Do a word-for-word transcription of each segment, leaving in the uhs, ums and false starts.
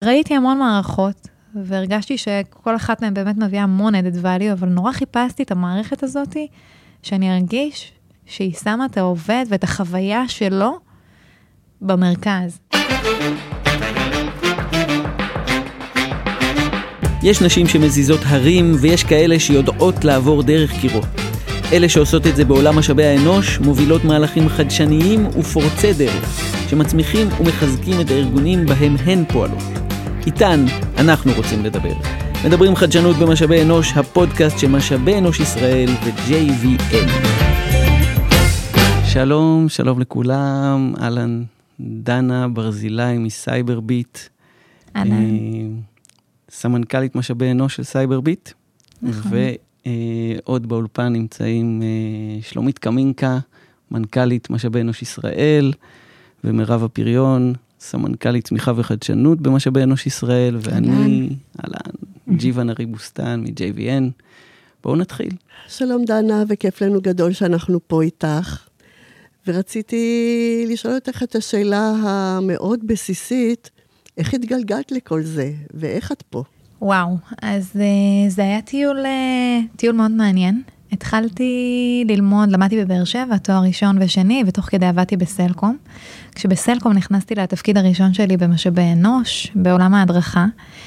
ראיתי המון מערכות, והרגשתי שכל אחת מהן באמת מביאה המון added value, אבל נורא חיפשתי את המערכת הזאת, שאני ארגיש שהיא שמה את העובד ואת החוויה שלו במרכז. יש נשים שמזיזות הרים, ויש כאלה שיודעות לעבור דרך קירות. אלה שעושות את זה בעולם משאבי האנוש, מובילות מהלכים חדשניים ופורצי דרך, שמצמיחים ומחזקים את הארגונים בהם הן פועלות. איתן אנחנו רוצים לדבר. מדברים חדשנות במשאבי אנוש, הפודקאסט של משאבי אנוש ישראל ו-ג'יי וי אם. שלום, שלום לכולם, אהלן, דנה ברזילי מסייברביט. אהלן. סמנכ"לית משאבי אנוש של סייברביט. נכון. ועוד באולפן נמצאים שלומית קמינקה, מנכ"לית משאבי אנוש ישראל, ומרב הפריון, סמנכ"לית צמיחה וחדשנות במשאבי אנוש ישראל, ואני, אהלן, ג'יבה נרי בוסטן מ-ג'יי וי אם. בואו נתחיל. שלום דנה, וכיף לנו גדול שאנחנו פה איתך. ורציתי לשאול אותך את השאלה המאוד בסיסית, איך התגלגלת לכל זה, ואיך את פה? וואו, אז זה היה טיול, טיול מאוד מעניין. התחלתי ללמוד, למדתי בבאר שבע, תואר ראשון ושני, ותוך כדי עבדתי בסלקום. כשבסלקום נכנסתי לתפקיד הראשון שלי במשאבי אנוש, בעולם ההדרכה,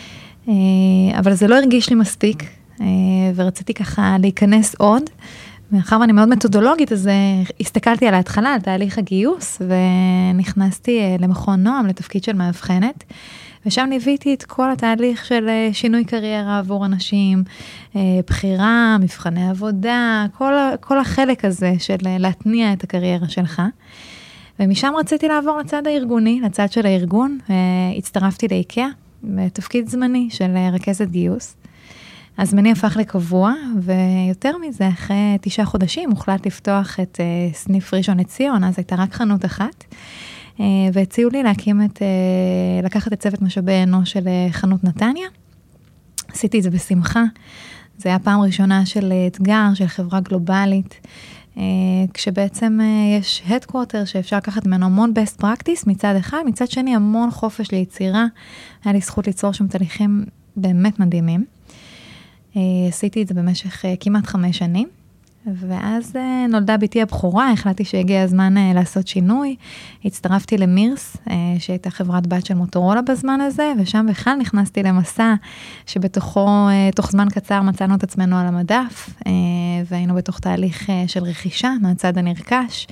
אבל זה לא הרגיש לי מספיק, ורציתי ככה להיכנס עוד, מאחר ואני מאוד מתודולוגית, אז הסתכלתי על ההתחלה, על תהליך הגיוס, ונכנסתי למכון נועם, לתפקיד של מאבחנת, ושם ניוויתי את כל התהליך של שינוי קריירה עבור אנשים, בחירה, מבחני עבודה, כל, כל החלק הזה של להתניע את הקריירה שלך. ומשם רציתי לעבור לצד הארגוני, לצד של הארגון, והצטרפתי לאיקאה, בתפקיד זמני של רכזת גיוס. הזמני הפך לקבוע, ויותר מזה, אחרי תשעה חודשים, הוחלט לפתוח את סניף ראשון לציון, אז הייתה רק חנות אחת, והציעו לי להקים את, לקחת את צוות משאבי אנוש של חנות נתניה. עשיתי את זה בשמחה. זה היה פעם ראשונה של אתגר, של חברה גלובלית, כשבעצם יש headquarter שאפשר לקחת ממנו המון best practice מצד אחד, מצד שני המון חופש ליצירה. היה לי זכות ליצור שם תהליכים באמת מדהימים. עשיתי את זה במשך כמעט חמש שנים. ואז נולדה ביתי הבכורה, החלטתי שהגיע הזמן לעשות שינוי, הצטרפתי למירס, שהייתה חברת בת של מוטורולה בזמן הזה, ושם בכלל נכנסתי למסע, שבתוכו, תוך זמן קצר מצאנו את עצמנו על המדף, והיינו בתוך תהליך של רכישה מהצד הנרכש,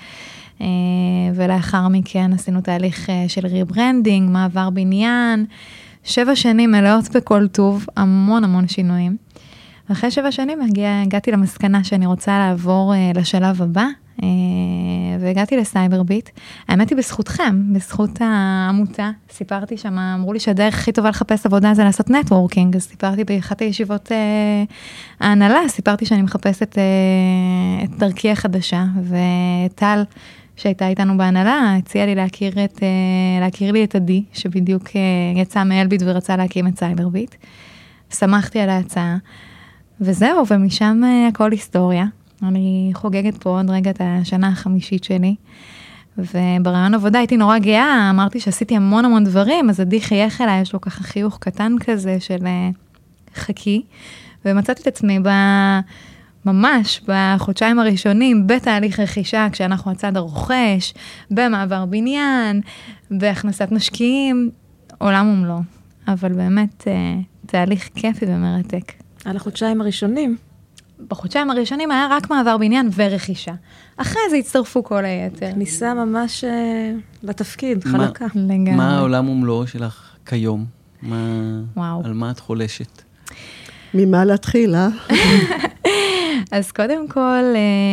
ולאחר מכן עשינו תהליך של ריברנדינג, מעבר בניין, שבע שנים מלאות בכל טוב, המון המון שינויים. אחרי שבע שנים הגיע, הגעתי למסקנה שאני רוצה לעבור uh, לשלב הבא, uh, והגעתי לסייברביט. האמת היא בזכותכם, בזכות העמותה. סיפרתי שם, אמרו לי שהדרך הכי טובה לחפש עבודה זה לעשות נטוורקינג, אז סיפרתי באחת הישיבות uh, ההנהלה, סיפרתי שאני מחפשת uh, את דרכי החדשה, וטל, שהייתה איתנו בהנהלה, הציעה לי להכיר, את, uh, להכיר לי את עדי, שבדיוק uh, יצא מאלביט ורצה להקים את סייברביט. שמחתי על ההצעה. וזהו, ומשם הכל היסטוריה. אני חוגגת פה עוד רגע את השנה החמישית שלי, וברעיון עבודה הייתי נורא גאה, אמרתי שעשיתי המון המון דברים, אז עדי חייך אליי, יש לו ככה חיוך קטן כזה של חכי, ומצאתי את עצמי ב... ממש בחודשיים הראשונים, בתהליך רכישה, כשאנחנו הצד הרוכש, במעבר בניין, בהכנסת משקיעים, עולם ומלואו. אבל באמת תהליך כיפי ומרתק. על החודשיים הראשונים? בחודשיים הראשונים היה רק מעבר בניין ורכישה. אחרי זה הצטרפו כל היתר. כניסה ממש לתפקיד, חלקה. לגמרי. מה העולם ומלואו שלך כיום? וואו. על מה את חולשת? ממה להתחיל, אה? אז קודם כל,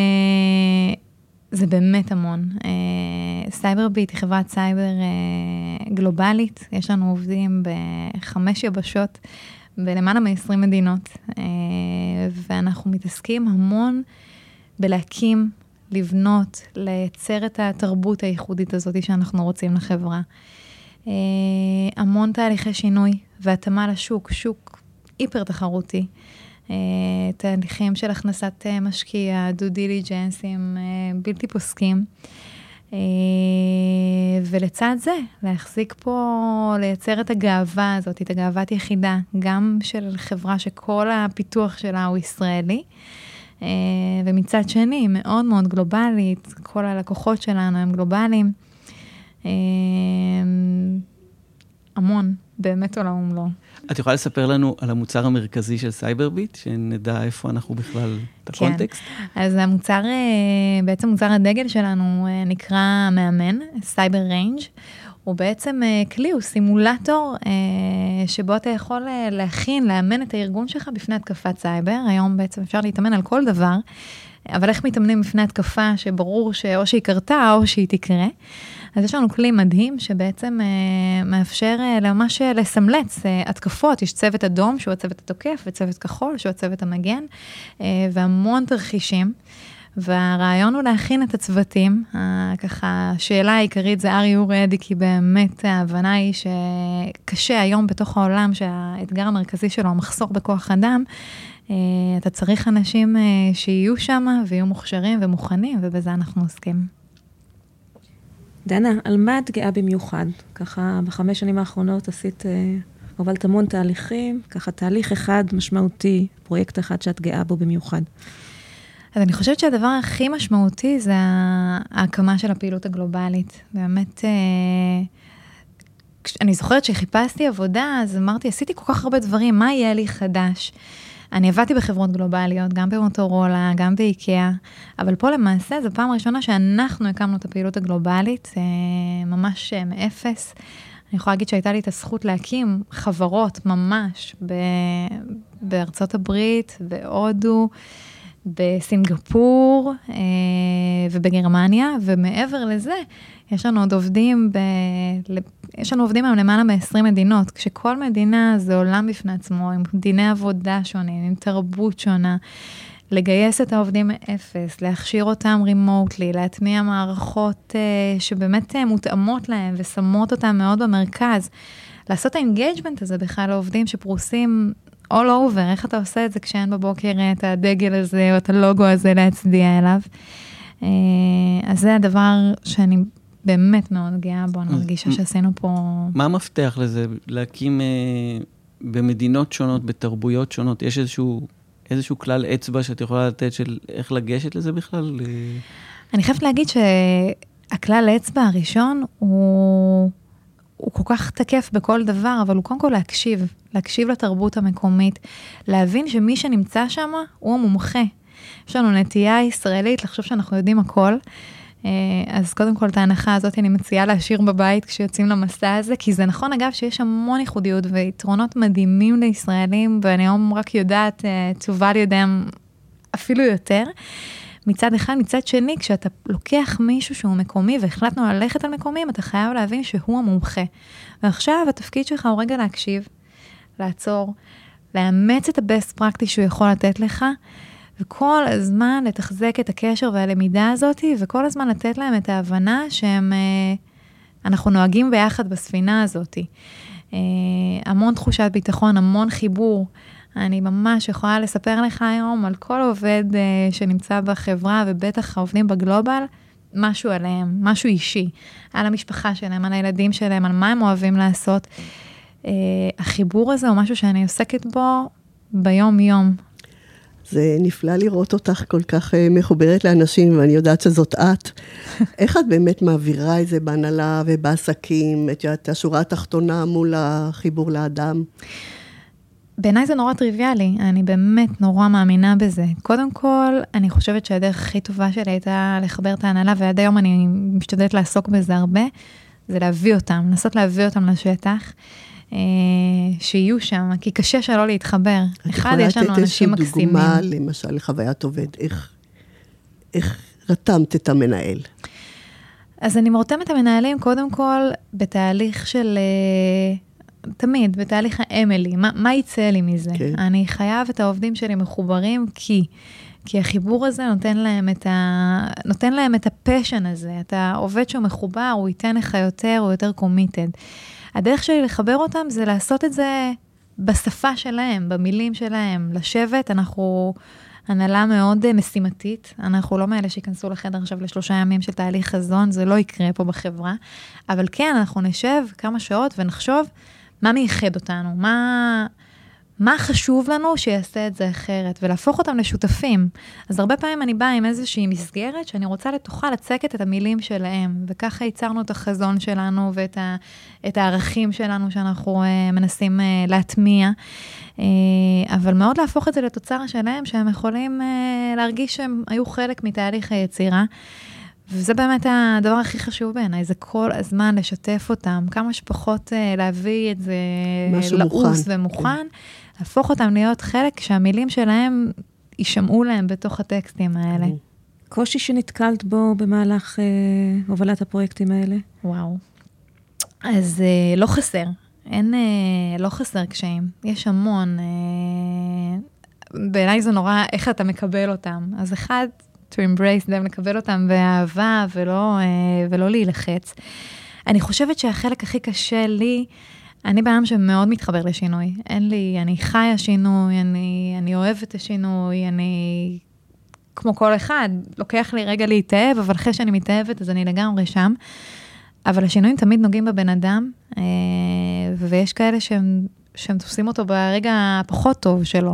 זה באמת המון. סייברביט היא חברת סייבר גלובלית. יש לנו עובדים בחמש יבשות, בלמעלה מ-עשרים מדינות, ואנחנו מתעסקים המון בלהקים, לבנות, לייצר את התרבות הייחודית הזאת שאנחנו רוצים לחברה. המון תהליכי שינוי והתאמה לשוק, שוק היפר תחרותי, תהליכים של הכנסת משקיע, דו דיליג'נסים, בלתי פוסקים, ולצד זה, להחזיק פה, לייצר את הגאווה הזאת, את הגאוות יחידה, גם של חברה שכל הפיתוח שלה הוא ישראלי, ומצד שני, מאוד מאוד גלובלית, כל הלקוחות שלנו הם גלובליים, המון, באמת עולם ומלואו. את יכולה לספר לנו על המוצר המרכזי של סייברביט, שנדע איפה אנחנו בכלל, את כן. הקונטקסט? אז המוצר, בעצם מוצר הדגל שלנו נקרא מאמן, סייבר ריינג'. הוא בעצם כלי, הוא סימולטור שבו אתה יכול להכין, לאמן את הארגון שלך בפני התקפת סייבר. היום בעצם אפשר להתאמן על כל דבר, אבל איך מתאמנים בפני התקפה שברור שאו שהיא קרתה או שהיא תקרה. אז יש לנו כלי מדהים שבעצם אה, מאפשר אה, ממש לסמלץ אה, התקפות. יש צוות אדום שהוא הצוות התוקף, וצוות כחול שהוא הצוות המגן, אה, והמון תרחישים. והרעיון הוא להכין את הצוותים. אה, ככה, השאלה העיקרית זה are you ready, כי באמת ההבנה היא שקשה היום בתוך העולם, שהאתגר המרכזי שלו, המחסור בכוח אדם, אה, אתה צריך אנשים אה, שיהיו שם ויהיו מוכשרים ומוכנים, ובזה אנחנו עוסקים. דנה, על מה את גאה במיוחד? ככה בחמש שנים האחרונות עשית, הובלת המון תהליכים, ככה תהליך אחד משמעותי, פרויקט אחד שאת גאה בו במיוחד. אז אני חושבת שהדבר הכי משמעותי זה ההקמה של הפעילות הגלובלית. באמת, אני זוכרת שחיפשתי עבודה, אז אמרתי, עשיתי כל כך הרבה דברים, מה יהיה לי חדש? אני עבדתי בחברות גלובליות, גם במוטורולה, גם באיקאה, אבל פה למעשה זו פעם ראשונה שאנחנו הקמנו את הפעילות הגלובלית, ממש מאפס. אני יכולה להגיד שהייתה לי את הזכות להקים חברות ממש בארצות הברית, בהודו, בסינגפור ובגרמניה, ומעבר לזה, יש לנו עוד עובדים, ב... יש לנו עובדים היום למעלה מ-עשרים מדינות, כשכל מדינה זה עולם בפני עצמו, עם דיני עבודה שונים, עם תרבות שונה, לגייס את העובדים מאפס, להכשיר אותם רימוטלי, להטמיע מערכות uh, שבאמת uh, מותאמות להם ושמות אותם מאוד במרכז, לעשות האינגייג'מנט הזה בכלל לעובדים שפרוסים all over, איך אתה עושה את זה כשאין בבוקר את הדגל הזה או את הלוגו הזה להצדיע אליו. Uh, אז זה הדבר שאני באמת מאוד גאה בו, אני מרגישה שעשינו פה... מה המפתח לזה? להקים uh, במדינות שונות, בתרבויות שונות, יש איזשהו... איזשהו כלל אצבע שאת יכולה לתת של איך לגשת לזה בכלל? אני חייבת להגיד שהכלל האצבע הראשון הוא, הוא כל כך תקף בכל דבר, אבל הוא קודם כל להקשיב, להקשיב לתרבות המקומית, להבין שמי שנמצא שם הוא המומחה. יש לנו נטייה ישראלית לחשוב שאנחנו יודעים הכל, אז קודם כל את ההנחה הזאת אני מציעה להשאיר בבית כשיוצאים למסע הזה, כי זה נכון אגב שיש המון ייחודיות ויתרונות מדהימים לישראלים, ואני היום רק יודעת, תשובה לידיהם אפילו יותר. מצד אחד, מצד שני, כשאתה לוקח מישהו שהוא מקומי, והחלטנו ללכת על מקומים, אתה חייב להבין שהוא המומחה. ועכשיו התפקיד שלך הוא רגע להקשיב, לעצור, לאמץ את ה-best practice שהוא יכול לתת לך, וכל הזמן לתחזק את הקשר והלמידה הזאת, וכל הזמן לתת להם את ההבנה שהם, אנחנו נוהגים ביחד בספינה הזאת. המון תחושת ביטחון, המון חיבור. אני ממש יכולה לספר לך היום על כל עובד שנמצא בחברה, ובטח העובדים בגלובל, משהו עליהם, משהו אישי, על המשפחה שלהם, על הילדים שלהם, על מה הם אוהבים לעשות. החיבור הזה הוא משהו שאני עוסקת בו ביום-יום. זה נפלא לראות אותך כל כך מחוברת לאנשים, ואני יודעת שזאת את. איך את באמת מעבירה את זה בהנהלה ובעסקים, את השורה התחתונה מול החיבור לאדם? בעיניי זה נורא טריוויאלי, אני באמת נורא מאמינה בזה. קודם כל, אני חושבת שהדרך הכי טובה שלי הייתה לחבר את ההנהלה, ועד היום אני משתדלת לעסוק בזה הרבה, זה להביא אותם, לנסות להביא אותם לשטח. שיהיו שם, כי קשה שלא להתחבר. אחד, יש לנו אנשים מקסימים. את יכולה לתת איזושהי דוגמה, למשל, לחוויית עובד, איך, איך רתמת את המנהל? אז אני מרתמת את המנהלים, קודם כל, בתהליך של, תמיד, בתהליך האמלי, מה, מה יצא לי מזה? כן. אני חייב את העובדים שלי מחוברים, כי, כי החיבור הזה נותן להם את ה, נותן להם את הפשן הזה, את העובד שהוא מחובר, הוא ייתן לך יותר, הוא יותר קומיטד. הדרך שלי לחבר אותם זה לעשות את זה בשפה שלהם, במילים שלהם, לשבת, אנחנו, הנהלה מאוד משימתית, אנחנו לא מאלה שיכנסו לחדר עכשיו לשלושה ימים של תהליך חזון, זה לא יקרה פה בחברה, אבל כן, אנחנו נשב כמה שעות ונחשוב מה מייחד אותנו, מה... מה חשוב לנו שיעשה את זה אחרת, ולהפוך אותם לשותפים. אז הרבה פעמים אני באה עם איזושהי מסגרת, שאני רוצה לתוכה לצקת את המילים שלהם, וככה ייצרנו את החזון שלנו, ואת ה, את הערכים שלנו, שאנחנו uh, מנסים uh, להטמיע, uh, אבל מאוד להפוך את זה לתוצר שלהם, שהם יכולים uh, להרגיש שהם היו חלק מתהליך היצירה, וזה באמת הדבר הכי חשוב בעיניי, זה כל הזמן לשתף אותם, כמה שפחות uh, להביא את זה לעוס ומוכן, כן. להפוך אותם להיות חלק שהמילים שלהם יישמעו להם בתוך הטקסטים האלה. קושי שנתקלת בו במהלך אה, הובלת הפרויקטים האלה? וואו. אז אה, לא חסר. אין, אה, לא חסר קשיים. יש המון. אה, בעיניי זה נורא איך אתה מקבל אותם. אז אחד, to embrace them, לקבל אותם באהבה ולא, אה, ולא להילחץ. אני חושבת שהחלק הכי קשה לי, אני בעם שמאוד מתחבר לשינוי. אין לי, אני חיה שינוי, אני, אני אוהבת את השינוי, אני, כמו כל אחד, לוקח לי רגע להתאהב, אבל אחרי שאני מתאהבת, אז אני לגמרי שם. אבל השינויים תמיד נוגעים בבן אדם, ויש כאלה שהם, שהם תופסים אותו ברגע הפחות טוב שלו.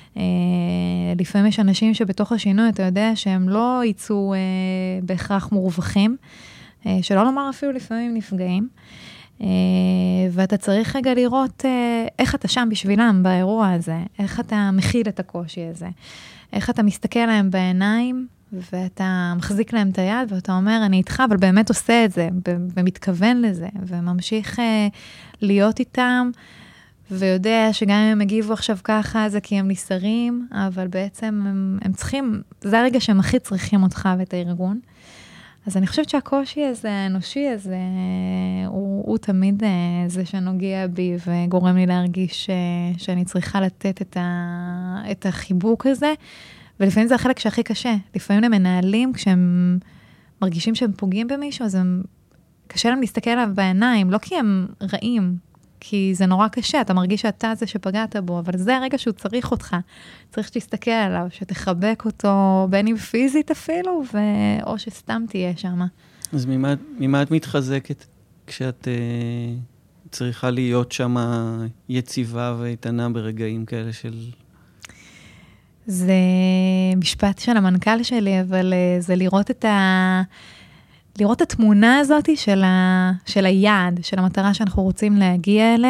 לפעמים יש אנשים שבתוך השינוי, אתה יודע שהם לא ייצאו בהכרח מורווחים, שלא לומר אפילו לפעמים נפגעים. Uh, ואתה צריך רגע לראות uh, איך אתה שם בשבילם באירוע הזה, איך אתה מכיל את הקושי הזה, איך אתה מסתכל להם בעיניים, ואתה מחזיק להם את היד, ואתה אומר, אני איתך, אבל באמת עושה את זה, ומתכוון לזה, וממשיך uh, להיות איתם, ויודע שגם אם הם הגיבו עכשיו ככה, זה כי הם ניסרים, אבל בעצם הם, הם צריכים, זה הרגע שהם הכי צריכים אותך ואת הארגון. אז אני חושבת שהקושי הזה, האנושי הזה, הוא, הוא תמיד זה שנוגע בי, וגורם לי להרגיש שאני צריכה לתת את, ה, את החיבוק הזה, ולפעמים זה החלק שהכי קשה. לפעמים למנהלים, כשהם מרגישים שהם פוגעים במישהו, אז הם, קשה להם להסתכל עליו בעיניים, לא כי הם רעים, כי זה נורא קשה, אתה מרגיש שאתה זה שפגעת בו, אבל זה הרגע שהוא צריך אותך, צריך שתסתכל עליו, שתחבק אותו, בין אם פיזית אפילו, ו... או שסתם תהיה שם. אז ממה, ממה את מתחזקת כשאת uh, צריכה להיות שם יציבה ואיתנה ברגעים כאלה של... זה משפט של המנכ"ל שלי, אבל uh, זה לראות את ה... לראות את התמונה הזאת של, ה, של היעד, של המטרה שאנחנו רוצים להגיע אליה.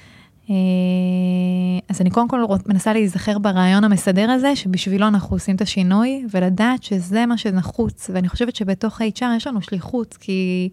אז אני קודם כל מנסה להיזכר ברעיון המסדר הזה, שבשבילו אנחנו עושים את השינוי, ולדעת שזה מה שנחוץ. ואני חושבת שבתוך ה-אייץ' אר יש לנו שליחות, כי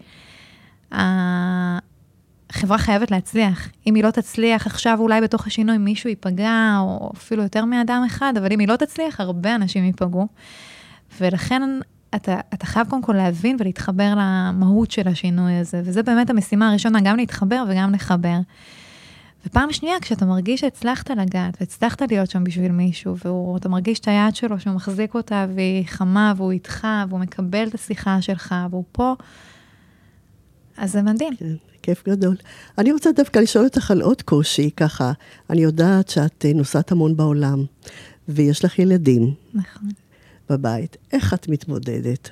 החברה חייבת להצליח. אם היא לא תצליח, עכשיו אולי בתוך השינוי מישהו ייפגע, או אפילו יותר מאדם אחד, אבל אם היא לא תצליח, הרבה אנשים ייפגעו. ולכן... אתה, אתה חייב קודם כל להבין ולהתחבר למהות של השינוי הזה, וזה באמת המשימה הראשונה, גם להתחבר וגם לחבר. ופעם שנייה, כשאתה מרגיש שהצלחת לגעת, והצלחת להיות שם בשביל מישהו, ואתה מרגיש את היד שלו, שהוא מחזיק אותה, והיא חמה, והוא איתך, והוא מקבל את השיחה שלך, והוא פה, אז זה מדהים. כן, כיף גדול. אני רוצה דווקא לשאול אותך על עוד קושי, ככה, אני יודעת שאת נוסעת המון בעולם, ויש לך ילדים. נכון. בבית. איך את מתמודדת?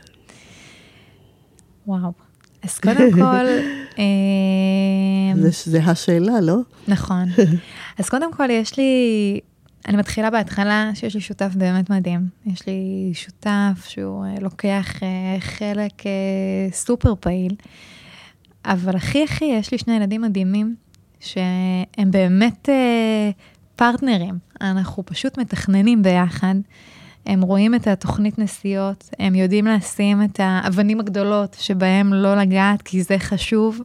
וואו. אז קודם כל... זה, זה השאלה, לא? נכון. אז קודם כל יש לי... אני מתחילה בהתחלה שיש לי שותף באמת מדהים. יש לי שותף שהוא לוקח חלק סופר פעיל, אבל הכי הכי יש לי שני ילדים מדהימים, שהם באמת פרטנרים. אנחנו פשוט מתכננים ביחד, הם רואים את התוכנית נסיעות, הם יודעים לשים את האבנים הגדולות שבהם לא לגעת, כי זה חשוב,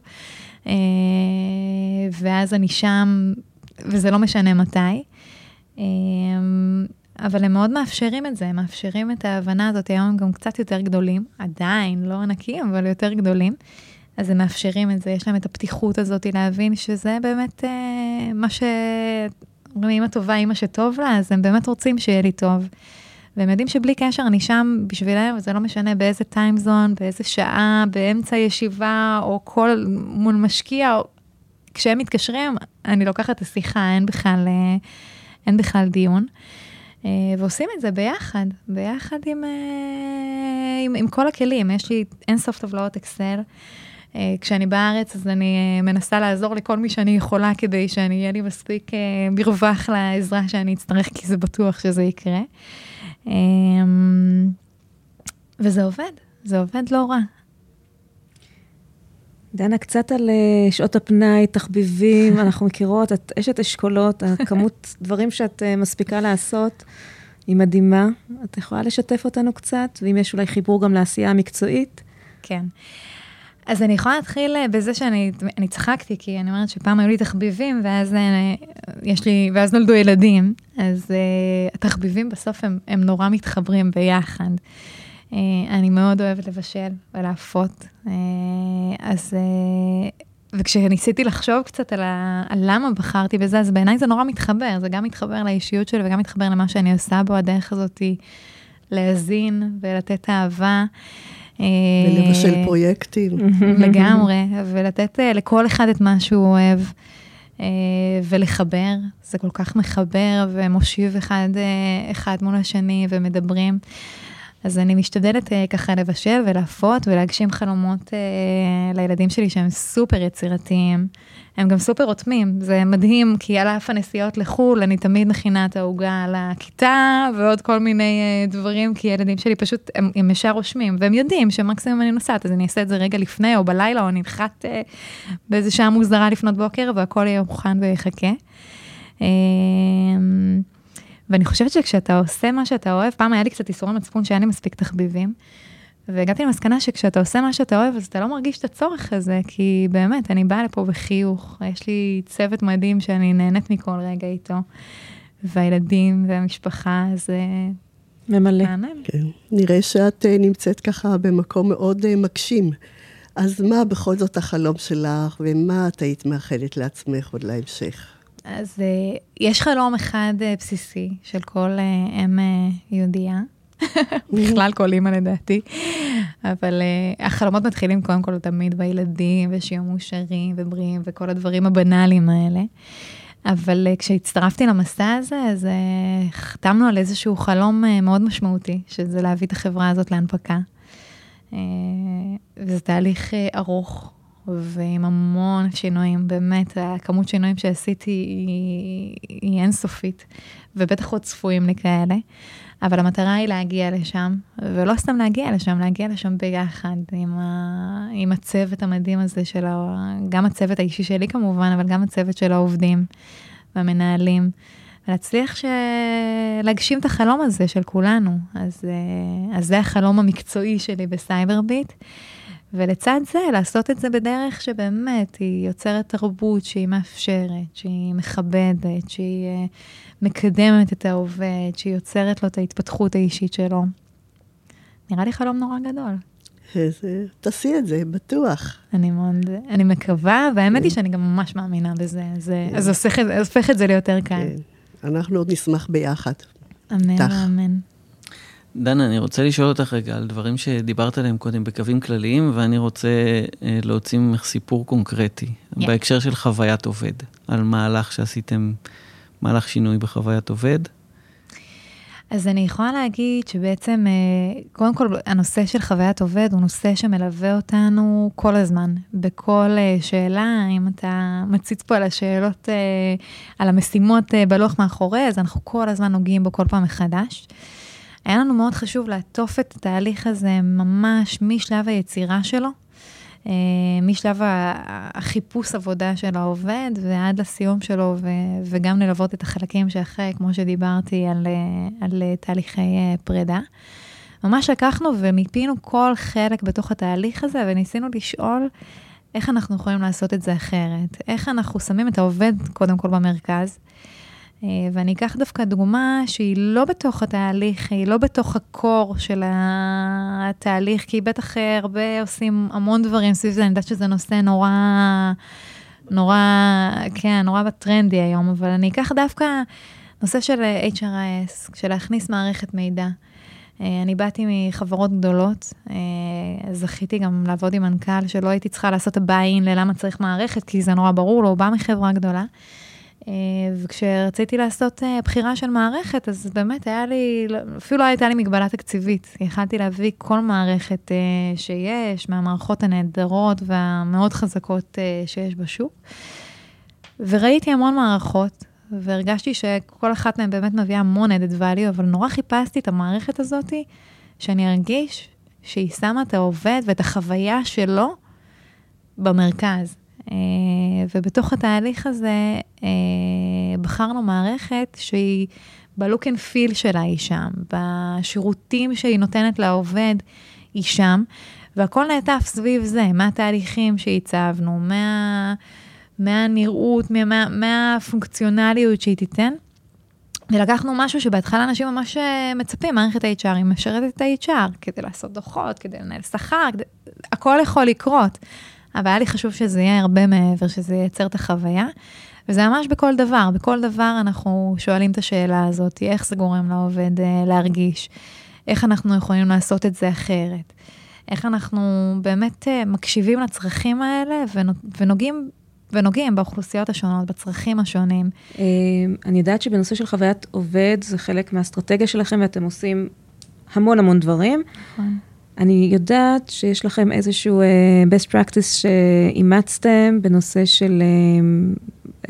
ואז אני שם, וזה לא משנה מתי. אבל הם מאוד מאפשרים את זה, הם מאפשרים את ההבנה הזאת, היום הם גם קצת יותר גדולים, עדיין לא ענקים, אבל יותר גדולים, אז הם מאפשרים את זה, יש להם את הפתיחות הזאת להבין שזה באמת מה ש... אומרים, אמא טובה, אמא שטוב לה, אז הם באמת רוצים שיהיה לי טוב. והם יודעים שבלי קשר אני שם בשבילם, וזה לא משנה באיזה טיימזון, באיזה שעה, באמצע ישיבה, או כל מול משקיע, או... כשהם מתקשרים, אני לוקחת את השיחה, אין בכלל, אין בכלל דיון. ועושים את זה ביחד, ביחד עם, עם, עם כל הכלים. יש לי אינסוף טבלאות אקסל. כשאני בארץ, אז אני מנסה לעזור לכל מי שאני יכולה, כדי שאני אהיה לי מספיק מרווח לעזרה שאני אצטרך, כי זה בטוח שזה יקרה. וזה עובד, זה עובד לא רע. דנה, קצת על שעות הפנאי, תחביבים, אנחנו מכירות, את אשת אשכולות, הכמות דברים שאת מספיקה לעשות היא מדהימה. את יכולה לשתף אותנו קצת, ואם יש אולי חיבור גם לעשייה המקצועית? כן. אז אני יכולה להתחיל בזה שאני אני צחקתי, כי אני אומרת שפעם היו לי תחביבים, ואז, יש לי, ואז נולדו ילדים, אז uh, התחביבים בסוף הם, הם נורא מתחברים ביחד. Uh, אני מאוד אוהבת לבשל ולהפות, uh, אז, uh, וכשניסיתי לחשוב קצת על, ה, על למה בחרתי בזה, אז בעיניי זה נורא מתחבר, זה גם מתחבר לאישיות שלי, וגם מתחבר למה שאני עושה בו, הדרך הזאת היא להזין ולתת אהבה, ולבשל פרויקטים. לגמרי, ולתת לכל אחד את מה שהוא אוהב, ולחבר, זה כל כך מחבר, ומושיב אחד, אחד מול השני, ומדברים. אז אני משתדלת ככה לבשל ולהפות, ולהגשים חלומות לילדים שלי שהם סופר יצירתיים. הם גם סופר רותמים, זה מדהים, כי על אף הנסיעות לחול, אני תמיד מכינה את ההוגה על הכיתה, ועוד כל מיני דברים, כי הילדים שלי פשוט, הם, הם ישר רושמים, והם יודעים שמקסימום אני נוסעת, אז אני אעשה את זה רגע לפני, או בלילה, או אני נחת באיזה שעה מוזרה לפנות בוקר, והכל יהיה מוכן ויחכה. ואני חושבת שכשאתה עושה מה שאתה אוהב, פעם היה לי קצת איסורי מצפון שהיה לי מספיק תחביבים, והגעתי למסקנה שכשאתה עושה מה שאתה אוהב, אז אתה לא מרגיש את הצורך הזה, כי באמת, אני באה לפה בחיוך, יש לי צוות מדהים שאני נהנית מכל רגע איתו, והילדים והמשפחה, זה ממלא. כן. נראה שאת נמצאת ככה במקום מאוד מגשים. אז מה בכל זאת החלום שלך, ומה את היית מאחלת לעצמך עוד להמשך? אז יש חלום אחד בסיסי של כל אם יהודייה, בכלל כל אימא לדעתי, אבל החלומות מתחילים קודם כל תמיד בילדים, ושיהיו מאושרים ובריאים, וכל הדברים הבנאליים האלה. אבל כשהצטרפתי למסע הזה, אז חתמנו על איזשהו חלום מאוד משמעותי, שזה להביא את החברה הזאת להנפקה. וזה תהליך ארוך, ועם המון שינויים, באמת, הכמות שינויים שעשיתי היא, היא אינסופית, ובטח עוד צפויים לי כאלה, אבל המטרה היא להגיע לשם, ולא סתם להגיע לשם, להגיע לשם ביחד, עם, ה, עם הצוות המדהים הזה של, ה, גם הצוות האישי שלי כמובן, אבל גם הצוות של העובדים והמנהלים, ולהצליח ש... להגשים את החלום הזה של כולנו. אז, אז זה החלום המקצועי שלי בסייברביט, ולצד זה, לעשות את זה בדרך שבאמת היא יוצרת תרבות שהיא מאפשרת, שהיא מכבדת, שהיא מקדמת את העובד, שהיא יוצרת לו את ההתפתחות האישית שלו. נראה לי חלום נורא גדול. איזה, תעשי את זה, בטוח. אני מאוד, אני מקווה, והאמת היא שאני גם ממש מאמינה בזה, אז זה הופך את זה ליותר קל. אנחנו עוד נשמח ביחד. אמן, אמן. דנה, אני רוצה לשאול אותך רגע על דברים שדיברת עליהם קודם בקווים כלליים, ואני רוצה אה, להוציא ממך סיפור קונקרטי, yeah. בהקשר של חוויית עובד, על מהלך שעשיתם, מהלך שינוי בחוויית עובד. אז אני יכולה להגיד שבעצם, אה, קודם כל, הנושא של חוויית עובד הוא נושא שמלווה אותנו כל הזמן, בכל אה, שאלה, אם אתה מציץ פה על השאלות, אה, על המשימות אה, בלוח מאחורי, אז אנחנו כל הזמן נוגעים בו כל פעם מחדש. היה לנו מאוד חשוב לעטוף את התהליך הזה ממש משלב היצירה שלו, משלב החיפוש עבודה של העובד ועד לסיום שלו, וגם ללוות את החלקים שאחרי, כמו שדיברתי על, על תהליכי פרידה. ממש לקחנו ומיפינו כל חלק בתוך התהליך הזה, וניסינו לשאול איך אנחנו יכולים לעשות את זה אחרת, איך אנחנו שמים את העובד קודם כל במרכז, ואני אקח דווקא דוגמה שהיא לא בתוך התהליך, היא לא בתוך הקור של התהליך, כי בטח הרבה עושים המון דברים סביב זה, אני יודעת שזה נושא נורא, נורא, כן, נורא בטרנדי היום, אבל אני אקח דווקא נושא של אייץ' אר אס, של להכניס מערכת מידע. אני באתי מחברות גדולות, זכיתי גם לעבוד עם מנכ"ל, שלא הייתי צריכה לעשות הבאין ללמה צריך מערכת, כי זה נורא ברור, לא בא מחברה גדולה. וכשרציתי לעשות בחירה של מערכת, אז באמת היה לי, אפילו לא הייתה לי מגבלה תקציבית. יכלתי להביא כל מערכת שיש, מהמערכות הנהדרות והמאוד חזקות שיש בשוק. וראיתי המון מערכות, והרגשתי שכל אחת מהן באמת מביאה המון added value, אבל נורא חיפשתי את המערכת הזאת, שאני ארגיש שהיא שמה את העובד ואת החוויה שלו במרכז. ובתוך התהליך הזה בחרנו מערכת שהיא בלוק אנד פיל שלה היא שם, בשירותים שהיא נותנת לעובד היא שם, והכל נעטף סביב זה, מהתהליכים שהצבנו, מה, מהנראות, מה, מהפונקציונליות שהיא תיתן, ולקחנו משהו שבהתחלה אנשים ממש מצפים, מערכת ה-אייץ' אר, היא משרתת את ה-אייץ' אר, כדי לעשות דוחות, כדי לנהל שכר, כדי... הכל יכול לקרות. אבל היה לי חשוב שזה יהיה הרבה מעבר, שזה ייצר את החוויה, וזה ממש בכל דבר. בכל דבר אנחנו שואלים את השאלה הזאת, איך זה גורם לעובד להרגיש, איך אנחנו יכולים לעשות את זה אחרת, איך אנחנו באמת מקשיבים לצרכים האלה, ונוגעים, ונוגעים באוכלוסיות השונות, בצרכים השונים. אני יודעת שבנושא של חוויית עובד, זה חלק מהאסטרטגיה שלכם, ואתם עושים המון המון דברים. נכון. אני יודעת שיש לכם איזשהו uh, best practice שאימצתם בנושא של uh,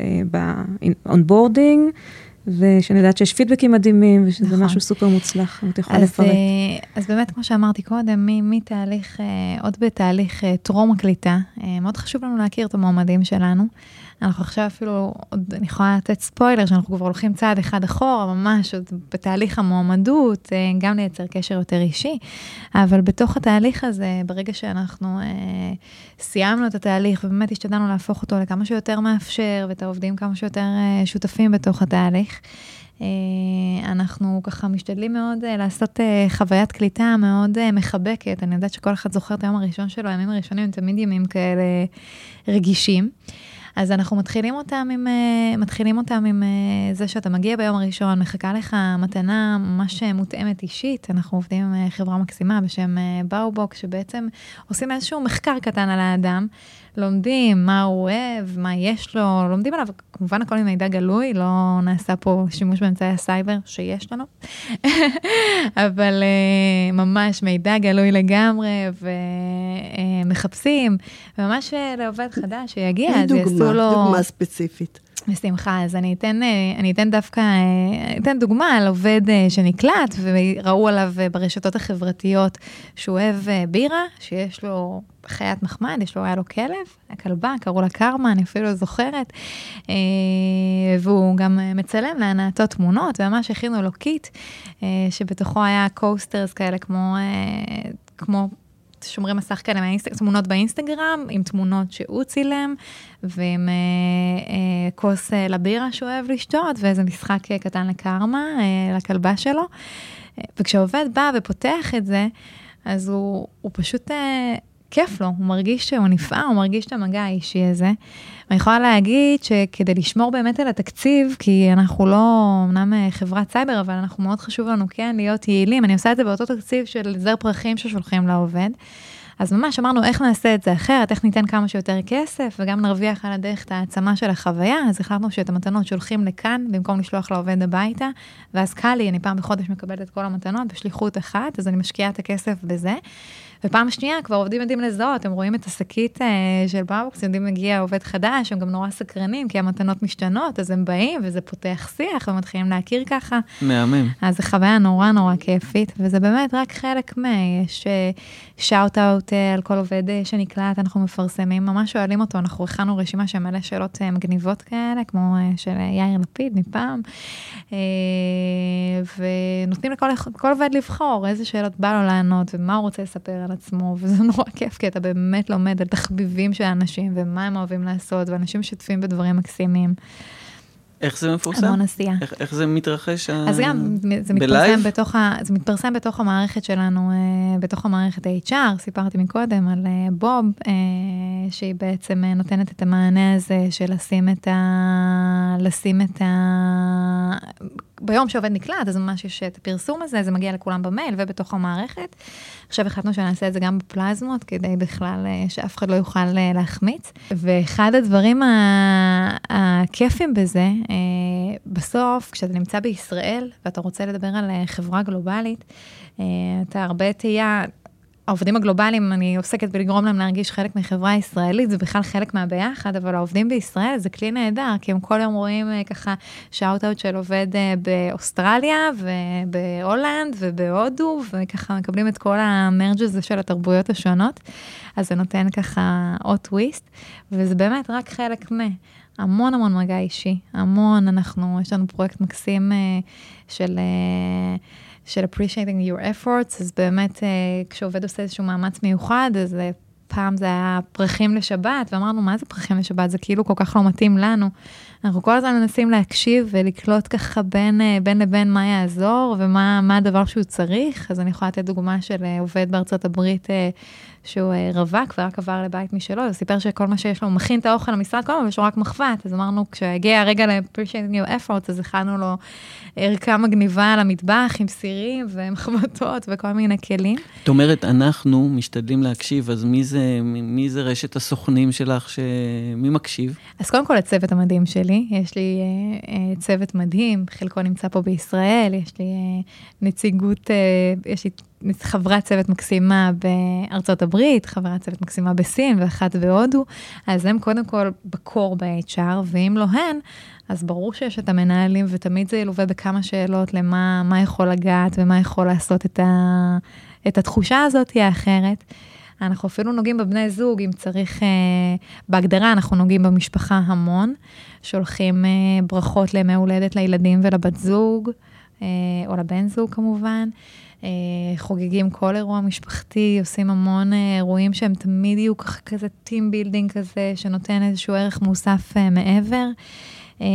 uh, onboarding, ושאני יודעת שיש פידבקים מדהימים, ושזה נכון. משהו סופר מוצלח, אם אתה יכול לפרט. אז באמת, כמו שאמרתי קודם, מתהליך, עוד בתהליך טרום הקליטה, מאוד חשוב לנו להכיר את המועמדים שלנו. אנחנו עכשיו אפילו, עוד, אני יכולה לתת ספוילר, שאנחנו כבר הולכים צעד אחד אחורה, ממש עוד בתהליך המועמדות, גם לייצר קשר יותר אישי, אבל בתוך התהליך הזה, ברגע שאנחנו אה, סיימנו את התהליך, ובאמת השתדלנו להפוך אותו לכמה שיותר מאפשר, ואת העובדים כמה שיותר אה, שותפים בתוך התהליך, אה, אנחנו ככה משתדלים מאוד אה, לעשות אה, חוויית קליטה מאוד אה, מחבקת. אני יודעת שכל אחד זוכר את היום הראשון שלו, הימים הראשונים הם תמיד ימים כאלה רגישים. אז אנחנו מתחילים אותם עם, מתחילים אותם עם זה שאתה מגיע ביום הראשון, מחכה לך מתנה ממש מותאמת אישית. אנחנו עובדים עם חברה מקסימה בשם באובוק, שבעצם עושים איזשהו מחקר קטן על האדם, לומדים מה הוא אוהב, מה יש לו, לומדים עליו, כמובן הכל עם מידע גלוי, לא נעשה פה שימוש באמצעי הסייבר שיש לנו, אבל ממש מידע גלוי לגמרי, ומחפשים, וממש לעובד חדש שיגיע, אז יעשו לו... דוגמה ספציפית. בשמחה, אז אני אתן, אני אתן דווקא, אתן דוגמה על עובד שנקלט, וראו עליו ברשתות החברתיות שהוא אוהב בירה, שיש לו חיית מחמד, יש לו, היה לו כלב, הכלבה, קראו לה קרמה, אני אפילו לא זוכרת, והוא גם מצלם להנאתו תמונות, וממש הכינו לו קיט, שבתוכו היה קוסטרס כאלה כמו, כמו, שומרי מסך כאלה, תמונות באינסטגרם, עם תמונות שהוא צילם, ועם אה, אה, כוס אה, לבירה שהוא אוהב לשתות, ואיזה משחק אה, קטן לקרמה, אה, לכלבה שלו. אה, וכשהעובד בא ופותח את זה, אז הוא, הוא פשוט אה, כיף לו, הוא מרגיש שהוא נפער, הוא מרגיש את המגע האישי הזה. ואני יכולה להגיד שכדי לשמור באמת על התקציב, כי אנחנו לא, אמנם חברת סייבר, אבל אנחנו מאוד חשוב לנו כן להיות יעילים, אני עושה את זה באותו תקציב של זר פרחים ששולחים לעובד, אז ממש אמרנו איך נעשה את זה אחרת, איך ניתן כמה שיותר כסף, וגם נרוויח על הדרך את העצמה של החוויה, אז החלטנו שאת המתנות שולחים לכאן, במקום לשלוח לעובד הביתה, ואז קל לי, אני פעם בחודש מקבלת את כל המתנות, בשליחות אחת, אז אני משקיעה את הכסף בזה, ופעם שנייה, כבר עובדים יודעים לזהות, הם רואים את השקית של באובוקס, יודעים מגיע עובד חדש, הם גם נורא סקרנים, כי המתנות משתנות, אז הם באים, וזה פותח שיח, ומתחילים להכיר ככה. מהמם. אז זו חוויה נורא נורא כיפית, וזה באמת רק חלק מה, יש שאוט-אוט על כל עובד שנקלט, אנחנו מפרסמים, ממש שואלים אותו, אנחנו הכנו רשימה של מלא שאלות מגניבות כאלה, כמו של יאיר לפיד מפעם, ונותנים לכל עובד לבחור איזה שאלות בא לו לענות, ומה הוא רוצה לספר על עצמו, וזה נורא כיף, כי אתה באמת לומד על תחביבים של האנשים, ומה הם אוהבים לעשות, ואנשים שותפים בדברים מקסימים. איך זה מפורסם? המון עשייה. איך, איך זה מתרחש בלייב? אז גם, זה מתפרסם בתוך, ה, זה מתפרסם בתוך המערכת שלנו, בתוך המערכת ה-אייץ' אר, סיפרתי מקודם על בוב, שהיא בעצם נותנת את המענה הזה, של לשים את ה... לשים את ה... ביום שעובד נקלט, אז ממש יש את הפרסום הזה, זה מגיע לכולם במייל ובתוך המערכת. עכשיו החלטנו שנעשה את זה גם בפלזמות, כדי בכלל שאף אחד לא יוכל להחמיץ. ואחד הדברים הכיפים בזה, בסוף, כשאתה נמצא בישראל, ואתה רוצה לדבר על חברה גלובלית, אתה הרבה תהיה, העובדים הגלובליים, אני עוסקת בלגרום להם להרגיש חלק מחברה הישראלית, זה בכלל חלק מהביחד, אבל העובדים בישראל זה כלי נהדר, כי הם כל יום רואים ככה שאוט-אוט של עובד באוסטרליה, ובהולנד, ובהודו, וככה מקבלים את כל המרג' הזה של התרבויות השונות, אז זה נותן ככה עוד טוויסט, וזה באמת רק חלק מה. המון המון מגע אישי, המון, אנחנו, יש לנו פרויקט מקסים של... של appreciating your efforts, אז באמת, כשעובד עושה איזשהו מאמץ מיוחד, אז פעם זה היה פרחים לשבת, ואמרנו, מה זה פרחים לשבת? זה כאילו כל כך לא מתאים לנו. אנחנו כל הזמן מנסים להקשיב ולקלוט ככה בין, בין לבין מה יעזור, ומה מה הדבר שהוא צריך. אז אני יכולה לתת דוגמה של עובד בארצות הברית, שהוא רווק, ורק עבר לבית משלו, הוא סיפר שכל מה שיש לו, הוא מכין את האוכל למשרד, כל מה, ויש לו רק מחבת. אז אמרנו, כשהגיע הרגע ל-appreciating your efforts, אז הכנו לו ערכה מגניבה למטבח, עם סירים ומחבטות וכל מיני כלים. זאת אומרת, אנחנו משתדלים להקשיב, אז מי זה, מי זה רשת הסוכנים שלך, שמי מקשיב? אז קודם כל, הצוות המדהים שלי, יש לי uh, צוות מדהים, חלקו נמצא פה בישראל, יש לי uh, נציגות, uh, יש לי חברת צוות מקסימה בארצות הברית, חברת צוות מקסימה בסין, ואחת בהודו, אז הם קודם כל בקור ב-אייץ' אר, ואם לא הן, אז ברור שיש את המנהלים, ותמיד זה ילווה בכמה שאלות למה מה יכול לגעת, ומה יכול לעשות את, ה, את התחושה הזאת היא האחרת. אנחנו אפילו נוגעים בבני זוג, אם צריך, אה, בהגדרה אנחנו נוגעים במשפחה המון, שולחים אה, ברכות לימי הולדת לילדים ולבת זוג, אה, או לבן זוג כמובן, אה, חוגגים כל אירוע משפחתי, עושים המון אה, אירועים שהם תמיד יהיו ככה כזה טים בילדינג כזה, שנותן איזשהו ערך מוסף אה, מעבר, אה,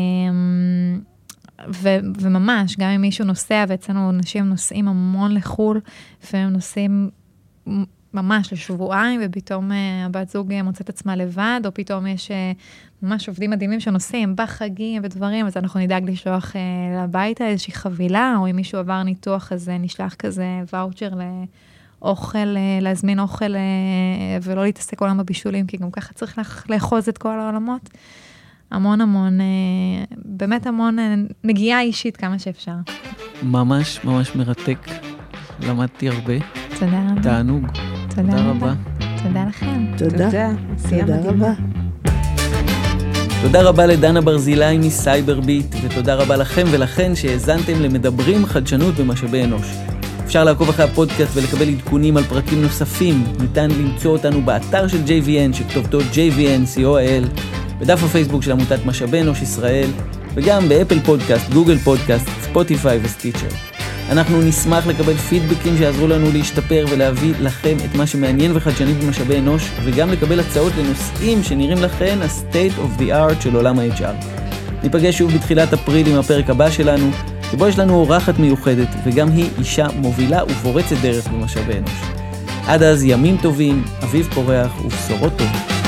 ו- וממש, גם אם מישהו נוסע, ואצלנו אנשים נוסעים המון לחול, והם נוסעים ממש לשבועיים, ופתאום uh, הבת זוג מוצאת עצמה לבד, או פתאום יש uh, ממש עובדים מדהימים שנוסעים בחגים ודברים, אז אנחנו נדאג לשלוח uh, לביתה איזושהי חבילה, או אם מישהו עבר ניתוח, אז uh, נשלח כזה ואוצ'ר לאוכל, uh, להזמין אוכל, uh, ולא להתעסק עולם בבישולים, כי גם ככה צריך לאחוז את כל העולמות. המון המון, uh, באמת המון uh, נגיעה אישית כמה שאפשר. ממש ממש מרתק. למדתי הרבה. תודה רבה. תענוג. תודה רבה. תודה לכם. תודה. תודה רבה. תודה רבה לדנה ברזילי מסייברביט, ותודה רבה לכם ולכן שהאזנתם למדברים חדשנות במשאבי אנוש. אפשר לעקוב אחרי הפודקאסט ולקבל עדכונים על פרקים נוספים. ניתן למצוא אותנו באתר של ג'יי וי אן, שכתובתו ג'יי וי אן סי או אל, בדף הפייסבוק של עמותת משאבי אנוש ישראל, וגם באפל פודקאסט, גוגל פודקאסט, ספוטיפיי וסטיצ'ר. אנחנו נשמח לקבל פידבקים שיעזרו לנו להשתפר ולהביא לכם את מה שמעניין וחדשני במשאבי אנוש, וגם לקבל הצעות לנושאים שנראים לכם ה-state of the art של עולם ה-אייץ' אר. ניפגש שוב בתחילת אפריל עם הפרק הבא שלנו, שבו יש לנו אורחת מיוחדת, וגם היא אישה מובילה ופורצת דרך במשאבי אנוש. עד אז ימים טובים, אביב פורח ובשורות טובות.